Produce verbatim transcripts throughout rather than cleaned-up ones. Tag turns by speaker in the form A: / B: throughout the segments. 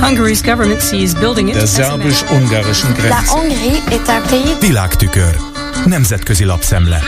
A: der szerbus-ungarischen Grenze.
B: Világtükör. Nemzetközi lapszemle.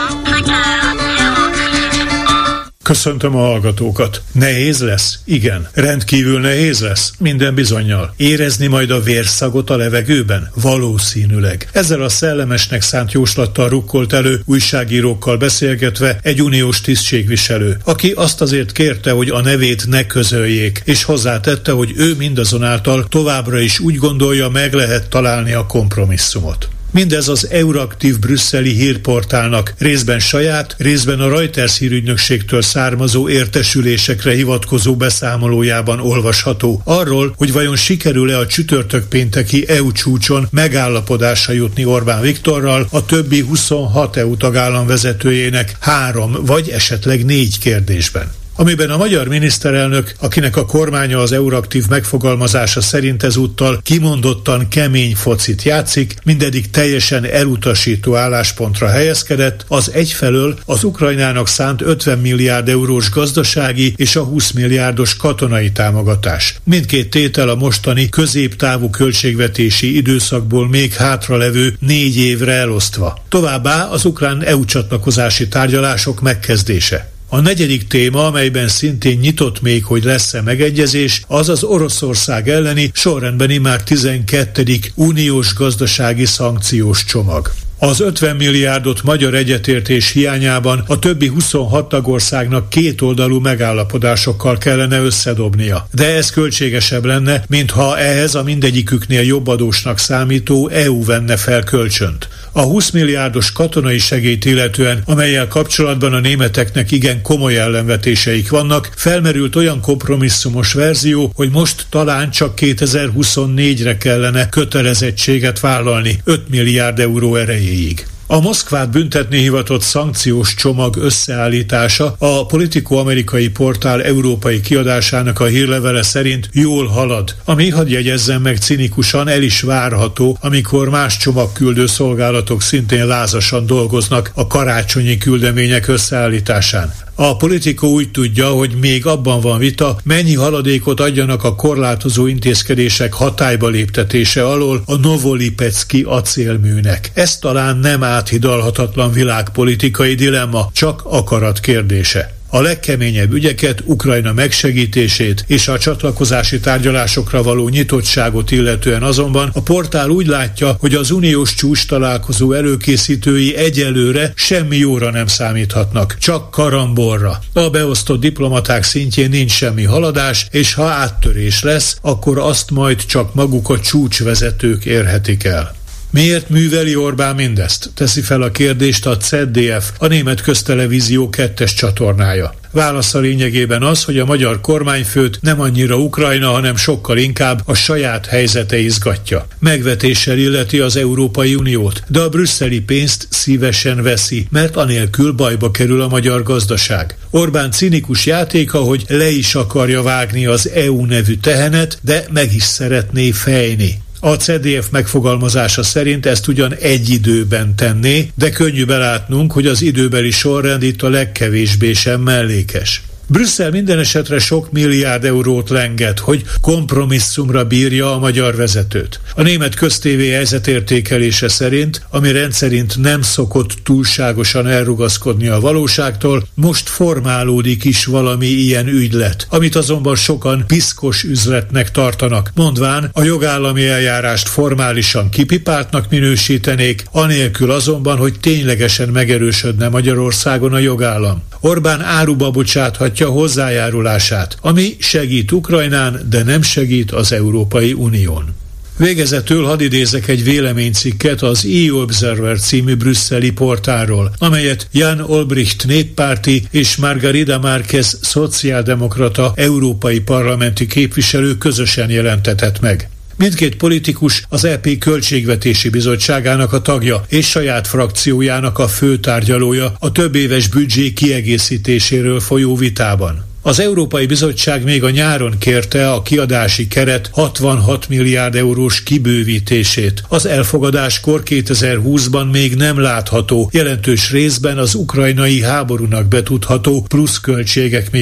C: Köszöntöm a hallgatókat. Nehéz lesz? Igen. Rendkívül nehéz lesz? Minden bizonnyal. Érezni majd a vérszagot a levegőben? Valószínűleg. Ezzel a szellemesnek szánt jóslattal rukkolt elő újságírókkal beszélgetve egy uniós tisztségviselő, aki azt azért kérte, hogy a nevét ne közöljék, és hozzátette, hogy ő mindazonáltal továbbra is úgy gondolja, meg lehet találni a kompromisszumot. Mindez az Euraktív brüsszeli hírportálnak részben saját, részben a Reuters hírügynökségtől származó értesülésekre hivatkozó beszámolójában olvasható. Arról, hogy vajon sikerül-e a csütörtök pénteki é u csúcson megállapodásra jutni Orbán Viktorral, a többi huszonhat é u tagállam vezetőjének három vagy esetleg négy kérdésben. Amiben a magyar miniszterelnök, akinek a kormánya az Euraktív megfogalmazása szerint ezúttal kimondottan kemény focit játszik, mindeddig teljesen elutasító álláspontra helyezkedett, az egyfelől az Ukrajnának szánt ötven milliárd eurós gazdasági és a húsz milliárdos katonai támogatás. Mindkét tétel a mostani középtávú költségvetési időszakból még hátralevő négy évre elosztva. Továbbá az ukrán é u csatlakozási tárgyalások megkezdése. A negyedik téma, amelyben szintén nyitott még, hogy lesz-e megegyezés, az az Oroszország elleni sorrendben immár tizenkettedik uniós gazdasági szankciós csomag. Az ötven milliárdot magyar egyetértés hiányában a többi huszonhat tagországnak kétoldalú megállapodásokkal kellene összedobnia. De ez költségesebb lenne, mintha ehhez a mindegyiküknél jobbadósnak számító é u venne fel kölcsönt. A húsz milliárdos katonai segélyt illetően, amellyel kapcsolatban a németeknek igen komoly ellenvetéseik vannak, felmerült olyan kompromisszumos verzió, hogy most talán csak kétezer-huszonnégyre kellene kötelezettséget vállalni öt milliárd euró erejéig. A Moszkvát büntetni hivatott szankciós csomag összeállítása a Politico amerikai portál európai kiadásának a hírlevele szerint jól halad, ami, hadd jegyezzem meg cinikusan, el is várható, amikor más csomagküldő szolgálatok szintén lázasan dolgoznak a karácsonyi küldemények összeállításán. A Politico úgy tudja, hogy még abban van vita, mennyi haladékot adjanak a korlátozó intézkedések hatályba léptetése alól a Novolipecki acélműnek. Ez talán nem áthidalhatatlan világpolitikai dilemma, csak akarat kérdése. A legkeményebb ügyeket, Ukrajna megsegítését és a csatlakozási tárgyalásokra való nyitottságot illetően azonban a portál úgy látja, hogy az uniós csúcs találkozó előkészítői egyelőre semmi jóra nem számíthatnak, csak karambolra. A beosztott diplomaták szintjén nincs semmi haladás, és ha áttörés lesz, akkor azt majd csak maguk a csúcsvezetők érhetik el. Miért műveli Orbán mindezt? Teszi fel a kérdést a zé dé ef, a német köztelevízió kettes csatornája. Válasza lényegében az, hogy a magyar kormányfőt nem annyira Ukrajna, hanem sokkal inkább a saját helyzete izgatja. Megvetéssel illeti az Európai Uniót, de a brüsszeli pénzt szívesen veszi, mert anélkül bajba kerül a magyar gazdaság. Orbán cinikus játéka, hogy le is akarja vágni az é u nevű tehenet, de meg is szeretné fejni. A zé dé ef megfogalmazása szerint ezt ugyan egy időben tenné, de könnyű belátnunk, hogy az időbeli sorrend itt a legkevésbé sem mellékes. Brüsszel minden esetre sok milliárd eurót lenget, hogy kompromisszumra bírja a magyar vezetőt. A német köztévé helyzetértékelése szerint, ami rendszerint nem szokott túlságosan elrugaszkodni a valóságtól, most formálódik is valami ilyen ügylet, amit azonban sokan piszkos üzletnek tartanak, mondván a jogállami eljárást formálisan kipipáltnak minősítenék, anélkül azonban, hogy ténylegesen megerősödne Magyarországon a jogállam. Orbán áruba bocsáthatja hozzájárulását, ami segít Ukrajnán, de nem segít az Európai Unión. Végezetül hadd idézek egy véleménycikket az é u Observer című brüsszeli portálról, amelyet Jan Olbricht néppárti és Margarida Márquez szociáldemokrata európai parlamenti képviselő közösen jelentetett meg. Mindkét politikus az é pé Költségvetési Bizottságának a tagja és saját frakciójának a főtárgyalója a többéves büdzsé kiegészítéséről folyó vitában. Az Európai Bizottság még a nyáron kérte a kiadási keret hatvanhat milliárd eurós kibővítését. Az elfogadáskor kétezer-húszban még nem látható, jelentős részben az ukrajnai háborúnak betudható pluszköltségek miatt.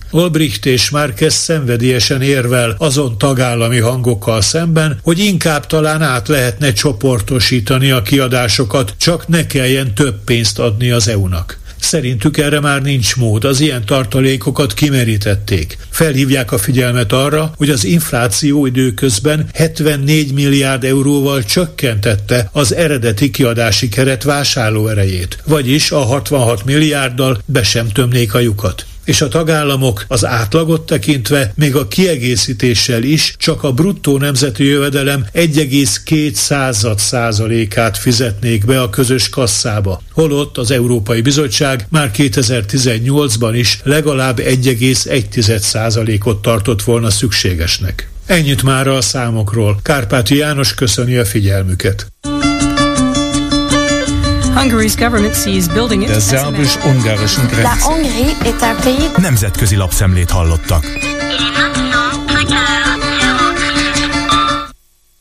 C: Olbricht és Márquez szenvedélyesen érvel azon tagállami hangokkal szemben, hogy inkább talán át lehetne csoportosítani a kiadásokat, csak ne kelljen több pénzt adni az é u-nak. Szerintük erre már nincs mód, az ilyen tartalékokat kimerítették. Felhívják a figyelmet arra, hogy az infláció időközben hetvennégy milliárd euróval csökkentette az eredeti kiadási keret vásárlóerejét, vagyis a hatvanhat milliárddal be sem tömnék a lyukat. És a tagállamok az átlagot tekintve még a kiegészítéssel is csak a bruttó nemzeti jövedelem egy egész két százalékát fizetnék be a közös kasszába, holott az Európai Bizottság már kétezer-tizennyolcban is legalább egy egész egy százalékot tartott volna szükségesnek. Ennyit mára a számokról. Kárpáti János köszöni a figyelmüket.
A: Der szerbus-ungarischen Grenze.
B: Nemzetközi lapszemlét hallottak.